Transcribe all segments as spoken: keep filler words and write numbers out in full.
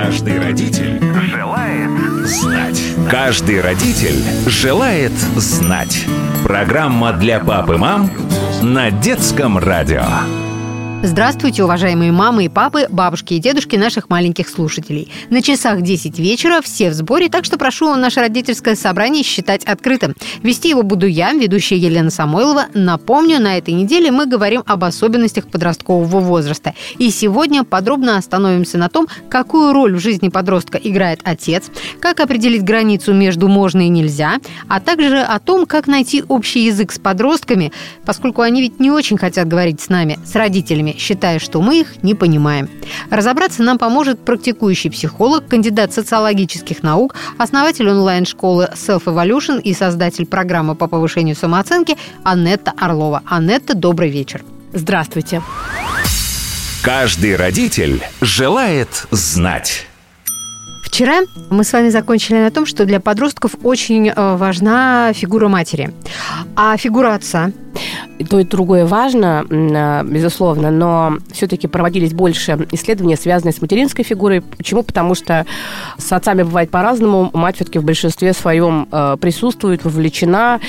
Каждый родитель желает знать. Каждый родитель желает знать. Программа для пап и мам на Детском радио. Здравствуйте, уважаемые мамы и папы, бабушки и дедушки наших маленьких слушателей. На часах десять вечера, все в сборе, так что прошу наше родительское собрание считать открытым. Вести его буду я, ведущая Елена Самойлова. Напомню, на этой неделе мы говорим об особенностях подросткового возраста. И сегодня подробно остановимся на том, какую роль в жизни подростка играет отец, как определить границу между можно и нельзя, а также о том, как найти общий язык с подростками, поскольку они ведь не очень хотят говорить с нами, с родителями, считая, что мы их не понимаем. Разобраться нам поможет практикующий психолог, кандидат социологических наук, основатель онлайн-школы Self-Evolution и создатель программы по повышению самооценки Анетта Орлова. Анетта, добрый вечер. Здравствуйте. Каждый родитель желает знать. Вчера мы с вами закончили на том, что для подростков очень важна фигура матери, а фигура отца. И то и другое важно, безусловно, но все-таки проводились больше исследований, связанные с материнской фигурой. Почему? Потому что с отцами бывает по-разному. Мать все-таки в большинстве своем присутствует, вовлечена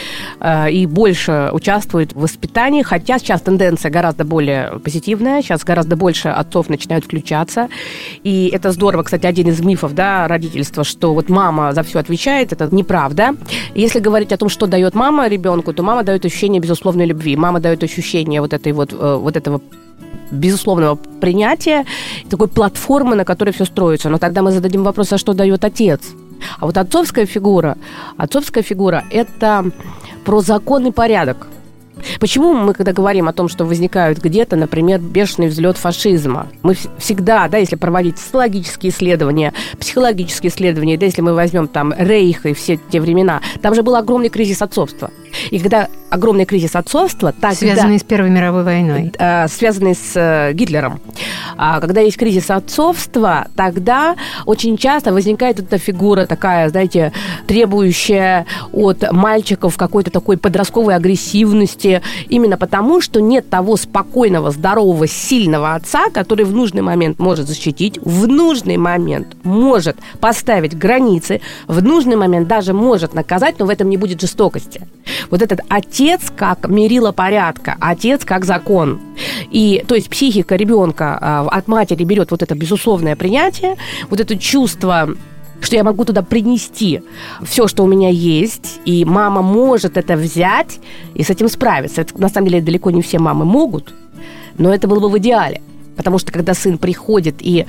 и больше участвует в воспитании, хотя сейчас тенденция гораздо более позитивная, сейчас гораздо больше отцов начинают включаться. И это здорово, кстати, один из мифов, да, родительства, что вот мама за все отвечает, это неправда. Если говорить о том, что дает мама ребенку, то мама дает ощущение безусловной любви. Мама дает ощущение вот этой вот, вот этого безусловного принятия, такой платформы, на которой все строится. Но тогда мы зададим вопрос, а что дает отец? А вот отцовская фигура, отцовская фигура – это про закон и порядок. Почему мы, когда говорим о том, что возникают где-то, например, бешеный взлет фашизма, мы всегда, да, если проводить социологические исследования, психологические исследования, да, если мы возьмем там Рейх и все те времена, там же был огромный кризис отцовства. И когда огромный кризис отцовства... Тогда, связанный с Первой мировой войной. Э, связанный с э, Гитлером. А когда есть кризис отцовства, тогда очень часто возникает эта фигура такая, знаете, требующая от мальчиков какой-то такой подростковой агрессивности, именно потому, что нет того спокойного, здорового, сильного отца, который в нужный момент может защитить, в нужный момент может поставить границы, в нужный момент даже может наказать, но в этом не будет жестокости. Вот этот отец как мерило порядка, отец как закон. И, то есть психика ребенка а, от матери берет вот это безусловное принятие, вот это чувство, что я могу туда принести все, что у меня есть, и мама может это взять и с этим справиться. Это, на самом деле, далеко не все мамы могут, но это было бы в идеале. Потому что когда сын приходит и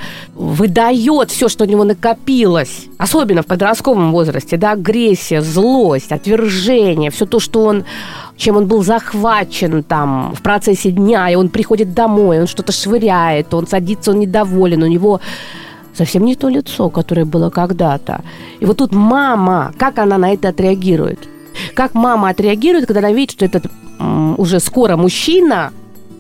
выдает все, что у него накопилось, особенно в подростковом возрасте, да, агрессия, злость, отвержение, все то, что он, чем он был захвачен там в процессе дня, и он приходит домой, он что-то швыряет, он садится, он недоволен, у него совсем не то лицо, которое было когда-то. И вот тут мама, как она на это отреагирует? Как мама отреагирует, когда она видит, что этот м, уже скоро мужчина,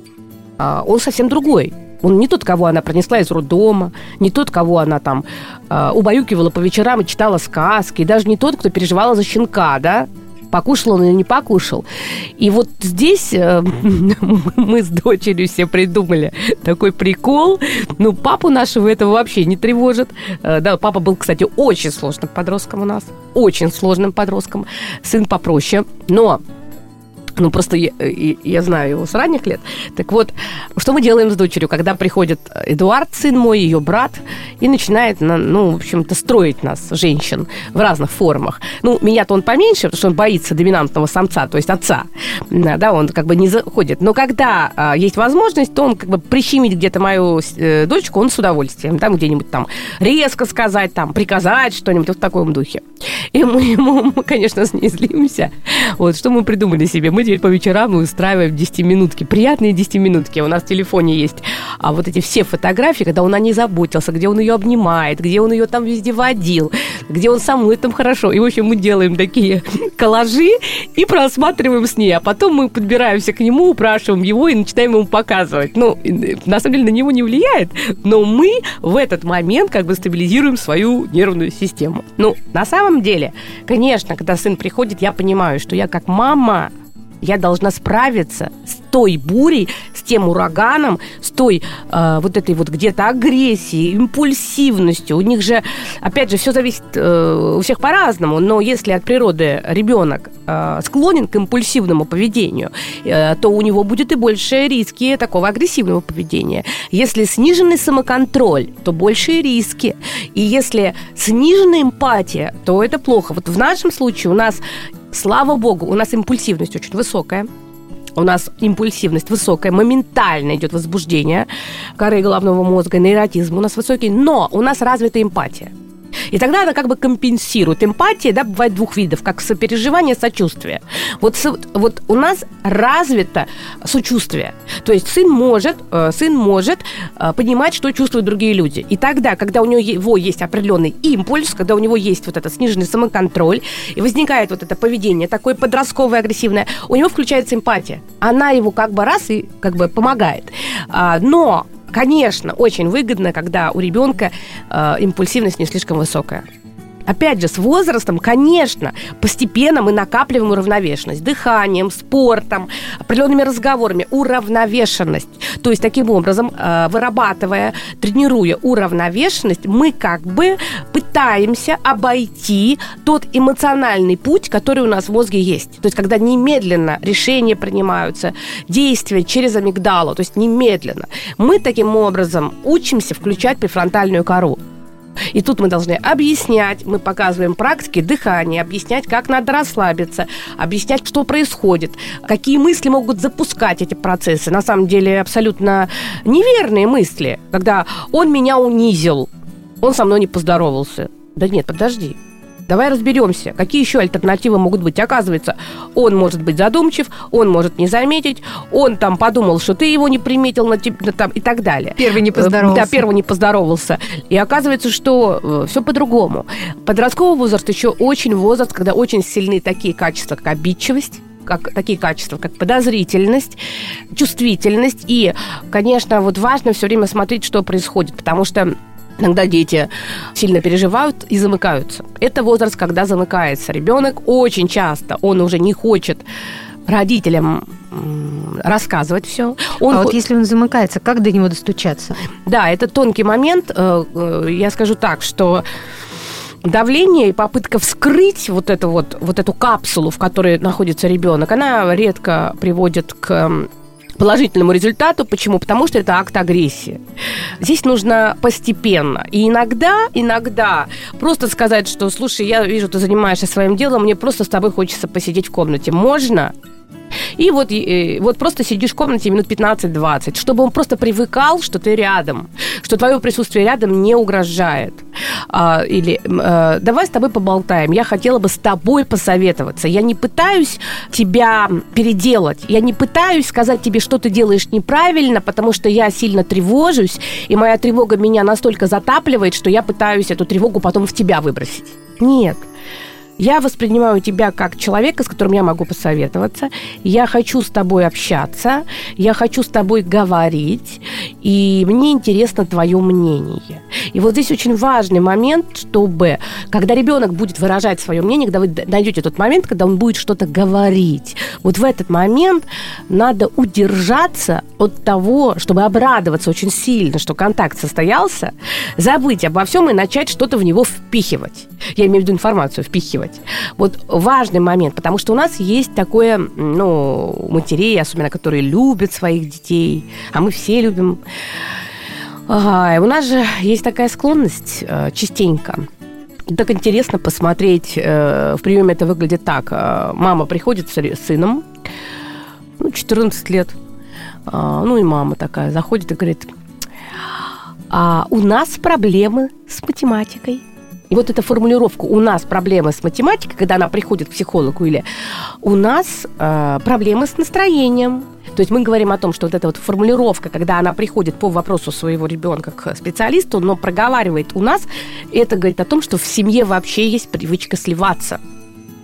а, он совсем другой. Он не тот, кого она пронесла из роддома, не тот, кого она там э, убаюкивала по вечерам и читала сказки, и даже не тот, кто переживала за щенка, да, покушал он или не покушал. И вот здесь э, мы с дочерью все придумали такой прикол. Ну, папу нашего этого вообще не тревожит. Э, да, папа был, кстати, очень сложным подростком у нас, очень сложным подростком, сын попроще, но... Ну, просто я, я знаю его с ранних лет. Так вот, что мы делаем с дочерью, когда приходит Эдуард, сын мой, ее брат, и начинает, ну, в общем-то, строить нас, женщин, в разных формах. Ну, меня-то он поменьше, потому что он боится доминантного самца, то есть отца. Да, он как бы не заходит. Но когда а, есть возможность, то он как бы прищемить где-то мою э, дочку, он с удовольствием. Там где-нибудь там резко сказать, там, приказать что-нибудь вот в таком духе. И мы ему, конечно, с ней злимся. Вот, что мы придумали себе? Мы теперь по вечерам устраиваем десятиминутки, приятные десятиминутки. У нас в телефоне есть а вот эти все фотографии, когда он о ней заботился, где он ее обнимает, где он ее там везде водил, где он со мной там хорошо. И, в общем, мы делаем такие коллажи и просматриваем с ней. А потом мы подбираемся к нему, упрашиваем его и начинаем ему показывать. Ну, на самом деле, на него не влияет, но мы в этот момент как бы стабилизируем свою нервную систему. Ну, на самом деле, конечно, когда сын приходит, я понимаю, что я как мама Я должна справиться с той бурей, с тем ураганом, с той э, вот этой вот где-то агрессией, импульсивностью. У них же, опять же, все зависит э, у всех по-разному, но если от природы ребенок э, склонен к импульсивному поведению, э, то у него будет и больше риски такого агрессивного поведения. Если сниженный самоконтроль, то большие риски. И если сниженная эмпатия, то это плохо. Вот в нашем случае у нас, слава богу, у нас импульсивность очень высокая. У нас импульсивность высокая, моментально идет возбуждение коры головного мозга, нейротизм у нас высокий, но у нас развита эмпатия. И тогда она как бы компенсирует. Эмпатия, да, бывает двух видов, как сопереживание, сочувствие. Вот, вот у нас развито сочувствие. То есть сын может, сын может понимать, что чувствуют другие люди. И тогда, когда у него есть определенный импульс, когда у него есть вот этот сниженный самоконтроль, и возникает вот это поведение такое подростковое, агрессивное, у него включается эмпатия. Она его как бы раз и как бы помогает. Но конечно, очень выгодно, когда у ребенка э, импульсивность не слишком высокая. Опять же, с возрастом, конечно, постепенно мы накапливаем уравновешенность дыханием, спортом, определенными разговорами, уравновешенность. То есть, таким образом, вырабатывая, тренируя уравновешенность, мы как бы пытаемся обойти тот эмоциональный путь, который у нас в мозге есть. То есть, когда немедленно решения принимаются, действия через амигдалу, то есть немедленно, мы таким образом учимся включать префронтальную кору. И тут мы должны объяснять, мы показываем практики дыхания, объяснять, как надо расслабиться, объяснять, что происходит, какие мысли могут запускать эти процессы. На самом деле абсолютно неверные мысли, когда он меня унизил, он со мной не поздоровался. Да нет, подожди. Давай разберемся, какие еще альтернативы могут быть. Оказывается, он может быть задумчив, он может не заметить, он там подумал, что ты его не приметил на тебе, там, и так далее. Первый не поздоровался. Да, первый не поздоровался. И оказывается, что э, все по-другому. Подростковый возраст еще очень возраст, когда очень сильны такие качества, как обидчивость, как, такие качества, как подозрительность, чувствительность. И, конечно, вот важно все время смотреть, что происходит, потому что иногда дети сильно переживают и замыкаются. Это возраст, когда замыкается ребенок. Очень часто он уже не хочет родителям рассказывать все. Он... А вот если он замыкается, как до него достучаться? Да, это тонкий момент. Я скажу так, что давление и попытка вскрыть вот эту, вот, вот эту капсулу, в которой находится ребенок, она редко приводит к положительному результату. Почему? Потому что это акт агрессии. Здесь нужно постепенно. И иногда, иногда просто сказать, что, слушай, я вижу, ты занимаешься своим делом, мне просто с тобой хочется посидеть в комнате. Можно? И вот, и вот просто сидишь в комнате минут пятнадцать-двадцать, чтобы он просто привыкал, что ты рядом, что твое присутствие рядом не угрожает. А, или а, давай с тобой поболтаем, я хотела бы с тобой посоветоваться. Я не пытаюсь тебя переделать, я не пытаюсь сказать тебе, что ты делаешь неправильно, потому что я сильно тревожусь, и моя тревога меня настолько затапливает, что я пытаюсь эту тревогу потом в тебя выбросить. Нет. Я воспринимаю тебя как человека, с которым я могу посоветоваться. Я хочу с тобой общаться, я хочу с тобой говорить, и мне интересно твое мнение. И вот здесь очень важный момент, чтобы, когда ребенок будет выражать свое мнение, когда вы найдете тот момент, когда он будет что-то говорить, вот в этот момент надо удержаться от того, чтобы обрадоваться очень сильно, что контакт состоялся, забыть обо всем и начать что-то в него впихивать. Я имею в виду информацию, впихивать. Вот важный момент, потому что у нас есть такое, ну, матерей, особенно которые любят своих детей, а мы все любим. Ага, у нас же есть такая склонность э, частенько. Так интересно посмотреть, э, в приеме это выглядит так. Э, мама приходит с сыном, ну, четырнадцать лет, э, ну и мама такая заходит и говорит: а у нас проблемы с математикой. И вот эта формулировка «у нас проблемы с математикой», когда она приходит к психологу, или «у нас э, проблемы с настроением». То есть мы говорим о том, что вот эта вот формулировка, когда она приходит по вопросу своего ребенка к специалисту, но проговаривает «у нас», это говорит о том, что в семье вообще есть привычка сливаться.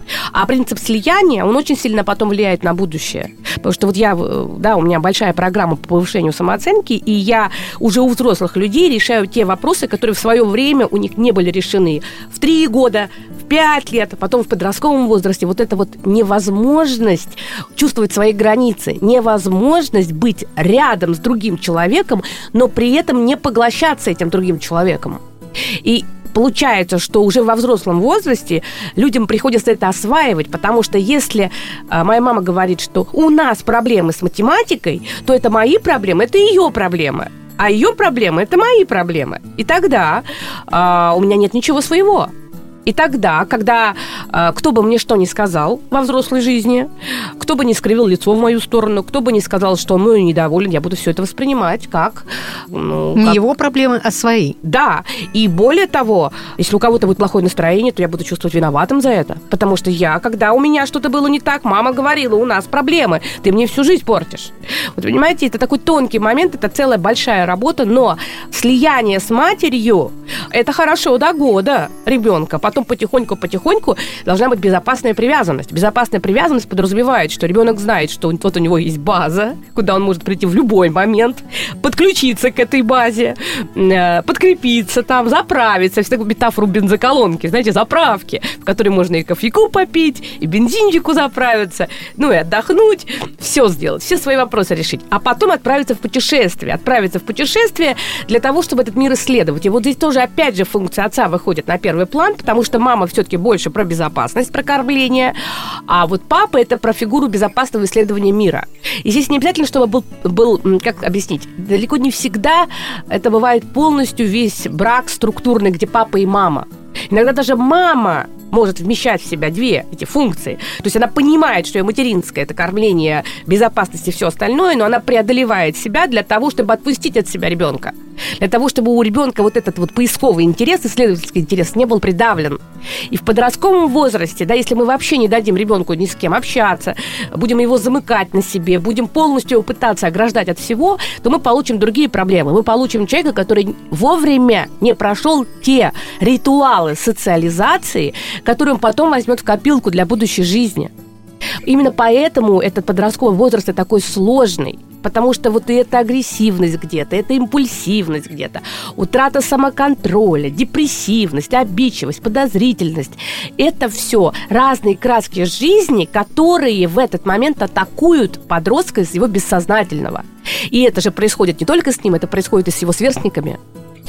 А принцип слияния, он очень сильно потом влияет на будущее. Потому что вот я, да, у меня большая программа по повышению самооценки, и я уже у взрослых людей решаю те вопросы, которые в свое время у них не были решены. В три года, в пять лет, потом в подростковом возрасте. Вот это вот невозможность чувствовать свои границы, невозможность быть рядом с другим человеком, но при этом не поглощаться этим другим человеком. И получается, что уже во взрослом возрасте людям приходится это осваивать, потому что если а, моя мама говорит, что у нас проблемы с математикой, то это мои проблемы, это ее проблемы, а ее проблемы – это мои проблемы. И тогда а, у меня нет ничего своего. И тогда, когда э, кто бы мне что ни сказал во взрослой жизни, кто бы ни скривил лицо в мою сторону, кто бы ни сказал, что он мною недоволен, я буду все это воспринимать как... Ну, не как... его проблемы, а свои. Да. И более того, если у кого-то будет плохое настроение, то я буду чувствовать виноватым за это. Потому что я, когда у меня что-то было не так, мама говорила, у нас проблемы, ты мне всю жизнь портишь. Вот понимаете, это такой тонкий момент, это целая большая работа, но слияние с матерью, это хорошо до года ребенка. Потом потихоньку-потихоньку должна быть безопасная привязанность. Безопасная привязанность подразумевает, что ребенок знает, что вот у него есть база, куда он может прийти в любой момент, подключиться к этой базе, подкрепиться там, заправиться. Всегда метафору бензоколонки, знаете, заправки, в которой можно и кофейку попить, и бензинчику заправиться, ну и отдохнуть, все сделать, все свои вопросы решить. А потом отправиться в путешествие. Отправиться в путешествие для того, чтобы этот мир исследовать. И вот здесь тоже, опять же, функция отца выходит на первый план, потому что мама все-таки больше про безопасность, про кормление, а вот папа – это про фигуру безопасного исследования мира. И здесь не обязательно, чтобы был, был, как объяснить, далеко не всегда это бывает полностью весь брак структурный, где папа и мама. Иногда даже мама может вмещать в себя две эти функции. То есть она понимает, что ее материнское – это кормление, безопасность и все остальное, но она преодолевает себя для того, чтобы отпустить от себя ребенка. Для того, чтобы у ребенка вот этот вот поисковый интерес, исследовательский интерес не был придавлен. И в подростковом возрасте, да, если мы вообще не дадим ребенку ни с кем общаться, будем его замыкать на себе, будем полностью его пытаться ограждать от всего, то мы получим другие проблемы. Мы получим человека, который вовремя не прошел те ритуалы социализации, которые он потом возьмет в копилку для будущей жизни. Именно поэтому этот подростковый возраст такой сложный. Потому что вот и эта агрессивность где-то, это импульсивность где-то, утрата самоконтроля, депрессивность, обидчивость, подозрительность. Это все разные краски жизни, которые в этот момент атакуют подростка из его бессознательного. И это же происходит не только с ним, это происходит и с его сверстниками.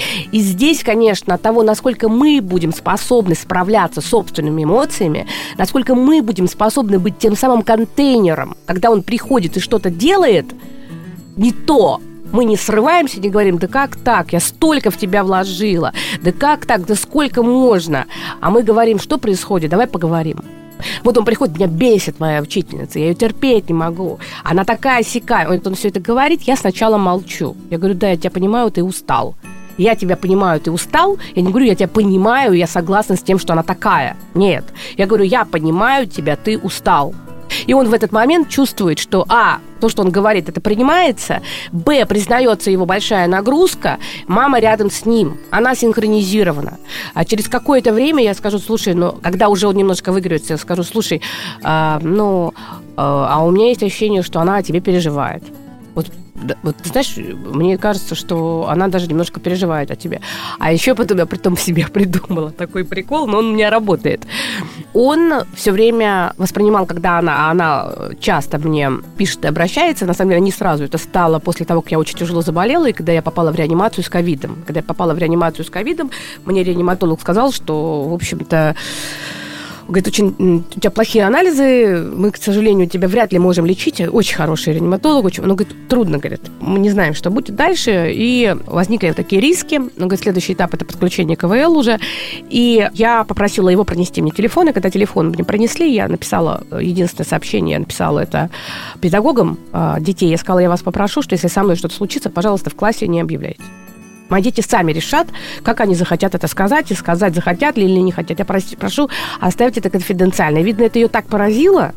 И здесь, конечно, от того, насколько мы будем способны справляться с собственными эмоциями, насколько мы будем способны быть тем самым контейнером, когда он приходит и что-то делает не то, мы не срываемся, не говорим, да как так, я столько в тебя вложила, да как так, да сколько можно, а мы говорим, что происходит, давай поговорим. Вот он приходит, меня бесит моя учительница, я ее терпеть не могу, она такая-сякая, он, он все это говорит, я сначала молчу, я говорю, да, я тебя понимаю, ты устал. Я тебя понимаю, ты устал. Я не говорю, я тебя понимаю, я согласна с тем, что она такая. Нет. Я говорю, я понимаю тебя, ты устал. И он в этот момент чувствует, что а, то, что он говорит, это принимается, б, признается его большая нагрузка, мама рядом с ним, она синхронизирована. А через какое-то время я скажу, слушай, ну, когда уже он немножко выиграется, я скажу, слушай, а, ну, а, а у меня есть ощущение, что она о тебе переживает. Вот, да, вот, ты знаешь, мне кажется, что она даже немножко переживает о тебе. А еще потом я притом себе придумала такой прикол, но он у меня работает. Он все время воспринимал, когда она, а она часто мне пишет и обращается, на самом деле не сразу, это стало после того, как я очень тяжело заболела, и когда я попала в реанимацию с ковидом. Когда я попала в реанимацию с ковидом, мне реаниматолог сказал, что, в общем-то, говорит, очень, у тебя плохие анализы, мы, к сожалению, тебя вряд ли можем лечить. Очень хороший реаниматолог, очень, но, говорит, трудно, говорит. Мы не знаем, что будет дальше, и возникли такие риски. Он говорит, следующий этап – это подключение ка вэ эл уже. И я попросила его пронести мне телефон, и когда телефон мне пронесли, я написала, единственное сообщение, я написала это педагогам детей. Я сказала, я вас попрошу, что если со мной что-то случится, пожалуйста, в классе не объявляйте. Мои дети сами решат, как они захотят это сказать, и сказать, захотят ли или не хотят. Я прости, прошу оставить это конфиденциально. Видно, это ее так поразило.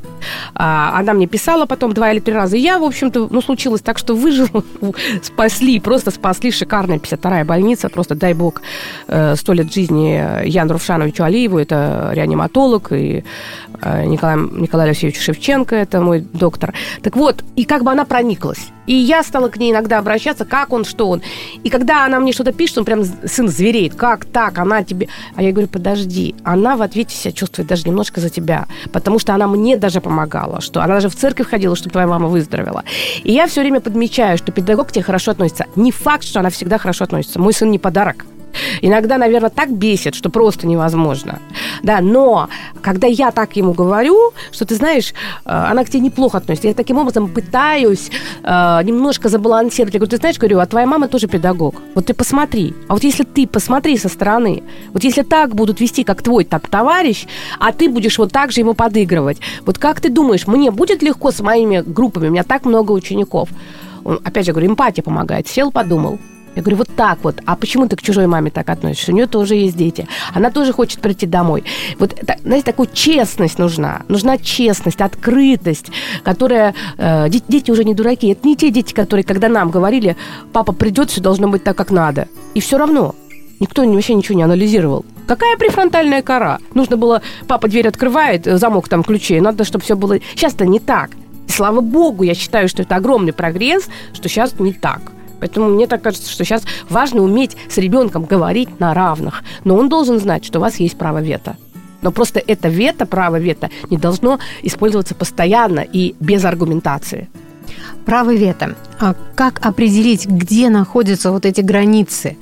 Она мне писала потом два или три раза. И я, в общем-то, ну, случилось так, что выжила, спасли, просто спасли. Шикарная пятьдесят вторая больница. Просто дай бог сто лет жизни Яну Рувшановичу Алиеву. Это реаниматолог. И Николаю, Николаю Алексеевичу Шевченко. Это мой доктор. Так вот, и как бы она прониклась. И я стала к ней иногда обращаться, как он, что он. И когда она мне что-то пишет, он прям, сын звереет. Как так? Она тебе... А я говорю, подожди. Она в ответе себя чувствует даже немножко за тебя. Потому что она мне даже помогала. Что она даже в церковь ходила, чтобы твоя мама выздоровела. И я все время подмечаю, что педагог к тебе хорошо относится. Не факт, что она всегда хорошо относится. Мой сын не подарок. Иногда, наверное, так бесит, что просто невозможно. Да, но когда я так ему говорю, что, ты знаешь, она к тебе неплохо относится, я таким образом пытаюсь э, немножко забалансировать. Я говорю, ты знаешь, говорю, а твоя мама тоже педагог. Вот ты посмотри. А вот если ты посмотри со стороны, вот если так будут вести, как твой так товарищ, а ты будешь вот так же ему подыгрывать, вот как ты думаешь, мне будет легко с моими группами? У меня так много учеников. Он, опять же, говорю, эмпатия помогает. Сел, подумал. Я говорю, вот так вот. А почему ты к чужой маме так относишься? У нее тоже есть дети. Она тоже хочет прийти домой. Вот, знаете, такая честность нужна. Нужна честность, открытость, которая... Э, дети, дети уже не дураки. Это не те дети, которые, когда нам говорили, папа придет, все должно быть так, как надо. И все равно. Никто вообще ничего не анализировал. Какая префронтальная кора? Нужно было... Папа дверь открывает, замок там ключей. Надо, чтобы все было... Сейчас-то не так. И слава богу, я считаю, что это огромный прогресс, что сейчас не так. Поэтому мне так кажется, что сейчас важно уметь с ребенком говорить на равных. Но он должен знать, что у вас есть право вето. Но просто это вето, право вето, не должно использоваться постоянно и без аргументации. Право вето. А как определить, где находятся вот эти границы?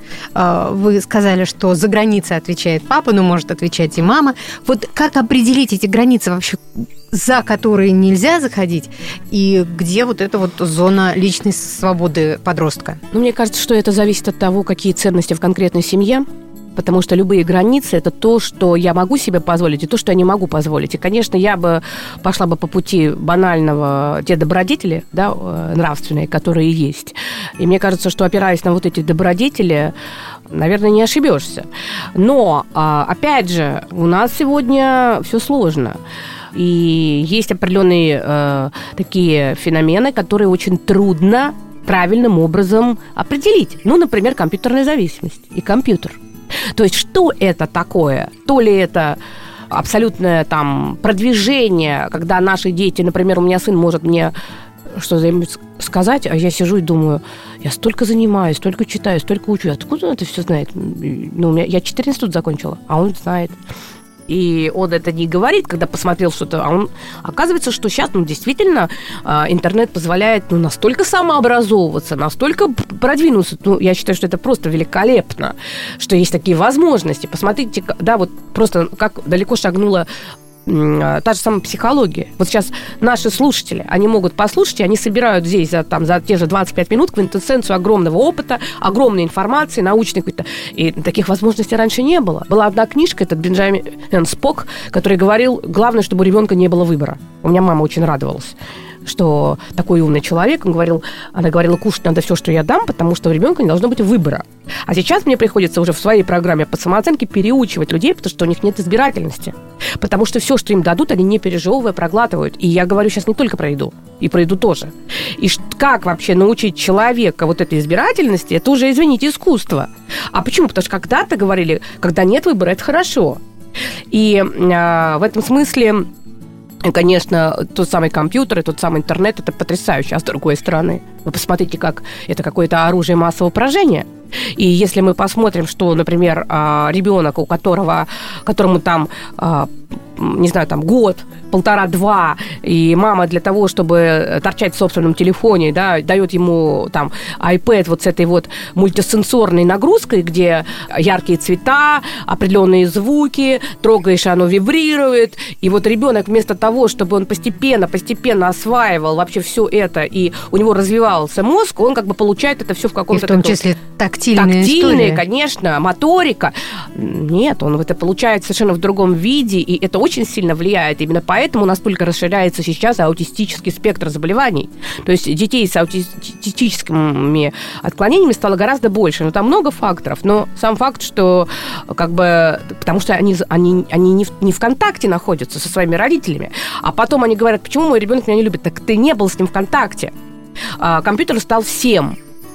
Вы сказали, что за границы отвечает папа, но может отвечать и мама. Вот как определить эти границы вообще, за которые нельзя заходить, и где вот эта вот зона личной свободы подростка? Ну, мне кажется, что это зависит от того, какие ценности в конкретной семье. Потому что любые границы – это то, что я могу себе позволить, и то, что я не могу позволить. И, конечно, я бы пошла бы по пути банального, те добродетели, да, нравственные, которые есть. И мне кажется, что, опираясь на вот эти добродетели, наверное, не ошибешься. Но, опять же, у нас сегодня все сложно. И есть определенные э, такие феномены, которые очень трудно правильным образом определить. Ну, например, компьютерная зависимость и компьютер. То есть, что это такое? То ли это абсолютное там продвижение, когда наши дети, например, у меня сын может мне что-то сказать, а я сижу и думаю, я столько занимаюсь, столько читаю, столько учу. Откуда он это все знает? Ну, у меня, я четыре института закончила, а он знает. И он это не говорит, когда посмотрел что-то, а он... Оказывается, что сейчас, ну, действительно, интернет позволяет, ну, настолько самообразовываться, настолько продвинуться. Ну, я считаю, что это просто великолепно, что есть такие возможности. Посмотрите, да, вот просто как далеко шагнула та же самая психология. Вот сейчас наши слушатели, они могут послушать, и они собирают здесь за, там, за те же двадцать пять минут квинтэссенцию огромного опыта, огромной информации, научной какой-то. И таких возможностей раньше не было. Была одна книжка, это Бенджамин Спок, который говорил, главное, чтобы у ребенка не было выбора. У меня мама очень радовалась, что такой умный человек, он говорил, она говорила, кушать надо все, что я дам, потому что у ребенка не должно быть выбора. А сейчас мне приходится уже в своей программе по самооценке переучивать людей, потому что у них нет избирательности. Потому что все, что им дадут, они не пережевывая, проглатывают. И я говорю сейчас не только про еду, и про еду тоже. И как вообще научить человека вот этой избирательности, это уже, извините, искусство. А почему? Потому что когда-то говорили, когда нет выбора, это хорошо. И э, в этом смысле... Конечно, тот самый компьютер и тот самый интернет – это потрясающе. А с другой стороны, вы посмотрите, как это какое-то оружие массового поражения. И если мы посмотрим, что, например, ребенок, у которого, которому там, не знаю, там год, полтора-два, и мама для того, чтобы торчать в собственном телефоне, да, дает ему там iPad вот с этой вот мультисенсорной нагрузкой, где яркие цвета, определенные звуки, трогаешь, оно вибрирует, и вот ребенок вместо того, чтобы он постепенно-постепенно осваивал вообще все это, и у него развивался мозг, он как бы получает это все в каком-то... И в том числе тактильная Тактильная, история. Конечно, моторика. Нет, он это получает совершенно в другом виде, и это очень сильно влияет. Именно поэтому настолько расширяется сейчас аутистический спектр заболеваний. То есть детей с аутистическими отклонениями стало гораздо больше. Но там много факторов. Но сам факт, что как бы... Потому что они, они, они не, в, не в контакте находятся со своими родителями. А потом они говорят, почему мой ребенок меня не любит? Так ты не был с ним в контакте. А, компьютер стал всем.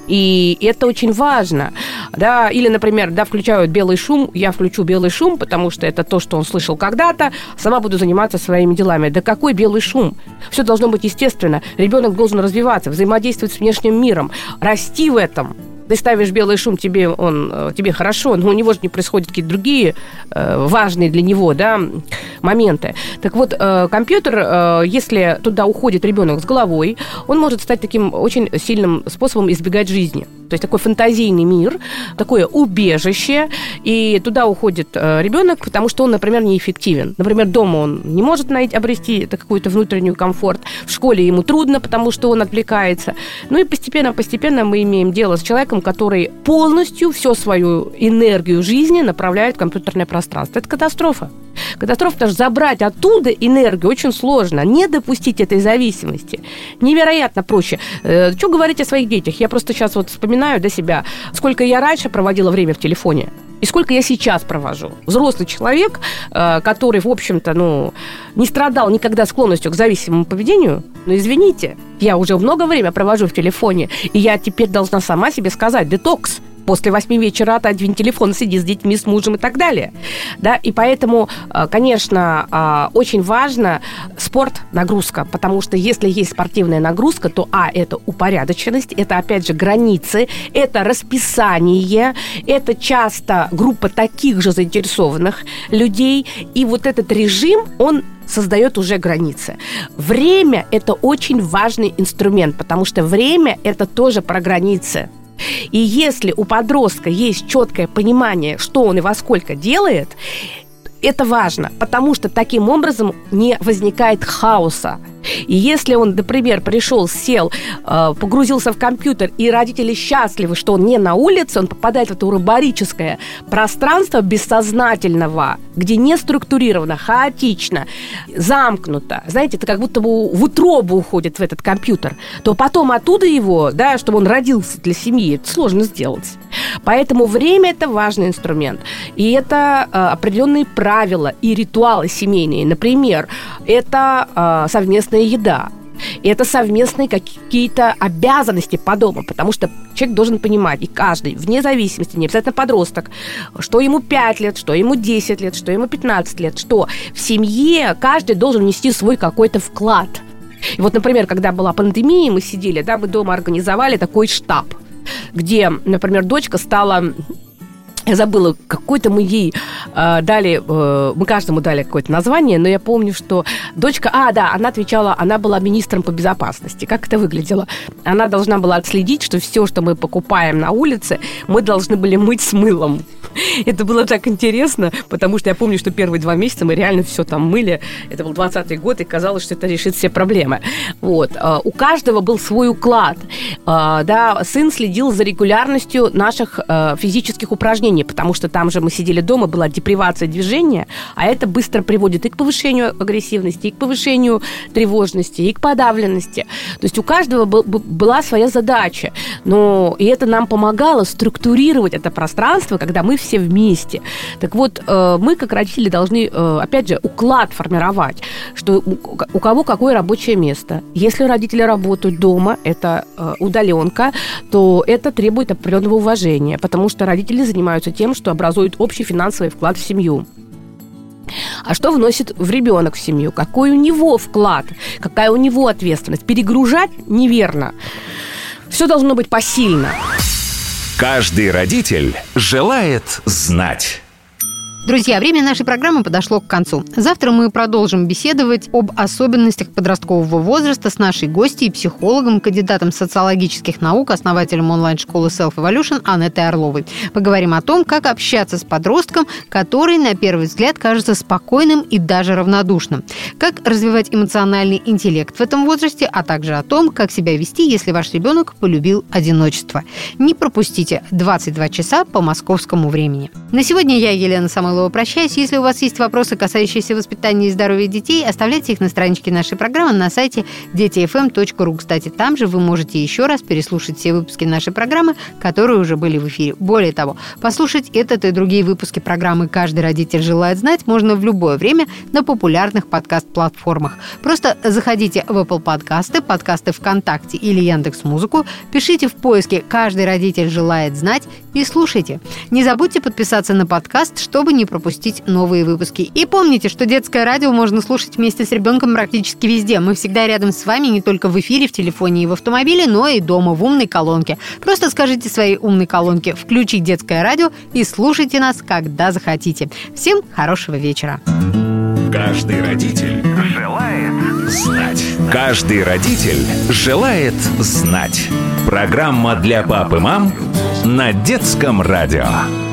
И это очень важно. Да? Или, например, да, включают белый шум, я включу белый шум, потому что это то, что он слышал когда-то, сама буду заниматься своими делами. Да какой белый шум? Все должно быть естественно. Ребенок должен развиваться, взаимодействовать с внешним миром, расти в этом. Ты ставишь белый шум, тебе, он, тебе хорошо, но у него же не происходят какие-то другие э, важные для него, да, моменты. Так вот, э, компьютер, э, если туда уходит ребенок с головой, он может стать таким очень сильным способом избегать жизни. То есть такой фантазийный мир, такое убежище, и туда уходит э, ребенок, потому что он, например, неэффективен. Например, дома он не может найти, обрести какую-то внутреннюю комфорт, в школе ему трудно, потому что он отвлекается. Ну и постепенно-постепенно мы имеем дело с человеком, который полностью всю свою энергию жизни направляет в компьютерное пространство. Это катастрофа. Катастрофа, потому что забрать оттуда энергию очень сложно, не допустить этой зависимости. Невероятно проще. Э, что говорить о своих детях? Я просто сейчас вот вспоминаю для себя, сколько я раньше проводила время в телефоне. И сколько я сейчас провожу. Взрослый человек, э, который, в общем-то, ну, не страдал никогда склонностью к зависимому поведению, но, извините, я уже много времени провожу в телефоне, и я теперь должна сама себе сказать «детокс». После восьми вечера отодвинь телефон, сиди с детьми, с мужем и так далее. Да? И поэтому, конечно, очень важно спорт, нагрузка, потому что если есть спортивная нагрузка, то, а, это упорядоченность, это, опять же, границы, это расписание, это часто группа таких же заинтересованных людей, и вот этот режим, он создает уже границы. Время – это очень важный инструмент, потому что время – это тоже про границы. И если у подростка есть четкое понимание, что он и во сколько делает, это важно, потому что таким образом не возникает хаоса. И если он, например, пришел, сел, погрузился в компьютер, и родители счастливы, что он не на улице, он попадает в это урбарическое пространство бессознательного, где не структурировано, хаотично, замкнуто. Знаете, это как будто бы в утробу уходит в этот компьютер. То потом оттуда его, да, чтобы он родился для семьи, это сложно сделать. Поэтому время – это важный инструмент. И это э, определенные правила и ритуалы семейные. Например, это э, совместная еда. Это совместные какие-то обязанности по дому, потому что человек должен понимать, и каждый, вне зависимости, не обязательно подросток, что ему пять лет, что ему десять лет, что ему пятнадцать лет, что в семье каждый должен внести свой какой-то вклад. И вот, например, когда была пандемия, мы сидели, да, мы дома организовали такой штаб, где, например, дочка стала... Я забыла, какой-то мы ей э, дали, э, мы каждому дали какое-то название, но я помню, что дочка, а, да, она отвечала, она была министром по безопасности. Как это выглядело? Она должна была отследить, что все, что мы покупаем на улице, мы должны были мыть с мылом. Это было так интересно, потому что я помню, что первые два месяца мы реально все там мыли. Это был двадцатый год, и казалось, что это решит все проблемы. Вот. У каждого был свой уклад. Да, сын следил за регулярностью наших физических упражнений, потому что там же мы сидели дома, была депривация движения, а это быстро приводит и к повышению агрессивности, и к повышению тревожности, и к подавленности. То есть у каждого был, была своя задача. Но и это нам помогало структурировать это пространство, когда мы все вместе. Так вот, мы, как родители, должны, опять же, уклад формировать, что у кого какое рабочее место. Если родители работают дома, это удаленка, то это требует определенного уважения, потому что родители занимаются тем, что образуют общий финансовый вклад в семью. А что вносит в ребенок в семью? Какой у него вклад? Какая у него ответственность? Перегружать неверно. Все должно быть посильно. Каждый родитель желает знать. Друзья, время нашей программы подошло к концу. Завтра мы продолжим беседовать об особенностях подросткового возраста с нашей гостьей, психологом, кандидатом социологических наук, основателем онлайн-школы Self Evolution Анеттой Орловой. Поговорим о том, как общаться с подростком, который, на первый взгляд, кажется спокойным и даже равнодушным. Как развивать эмоциональный интеллект в этом возрасте, а также о том, как себя вести, если ваш ребенок полюбил одиночество. Не пропустите двадцать два часа по московскому времени. На сегодня я, Елена Самойлова, Самойлова прощаюсь. Если у вас есть вопросы, касающиеся воспитания и здоровья детей, оставляйте их на страничке нашей программы на сайте дети эф эм точка ру. Кстати, там же вы можете еще раз переслушать все выпуски нашей программы, которые уже были в эфире. Более того, послушать этот и другие выпуски программы «Каждый родитель желает знать» можно в любое время на популярных подкаст-платформах. Просто заходите в Apple подкасты, подкасты ВКонтакте или Яндекс.Музыку, пишите в поиске «Каждый родитель желает знать» и слушайте. Не забудьте подписаться на подкаст, чтобы не пропустить новые выпуски. И помните, что детское радио можно слушать вместе с ребенком практически везде. Мы всегда рядом с вами, не только в эфире, в телефоне и в автомобиле, но и дома, в умной колонке. Просто скажите своей умной колонке «Включить детское радио» и слушайте нас, когда захотите. Всем хорошего вечера. Каждый родитель желает знать. Каждый родитель желает знать. Программа для пап и мам на детском радио.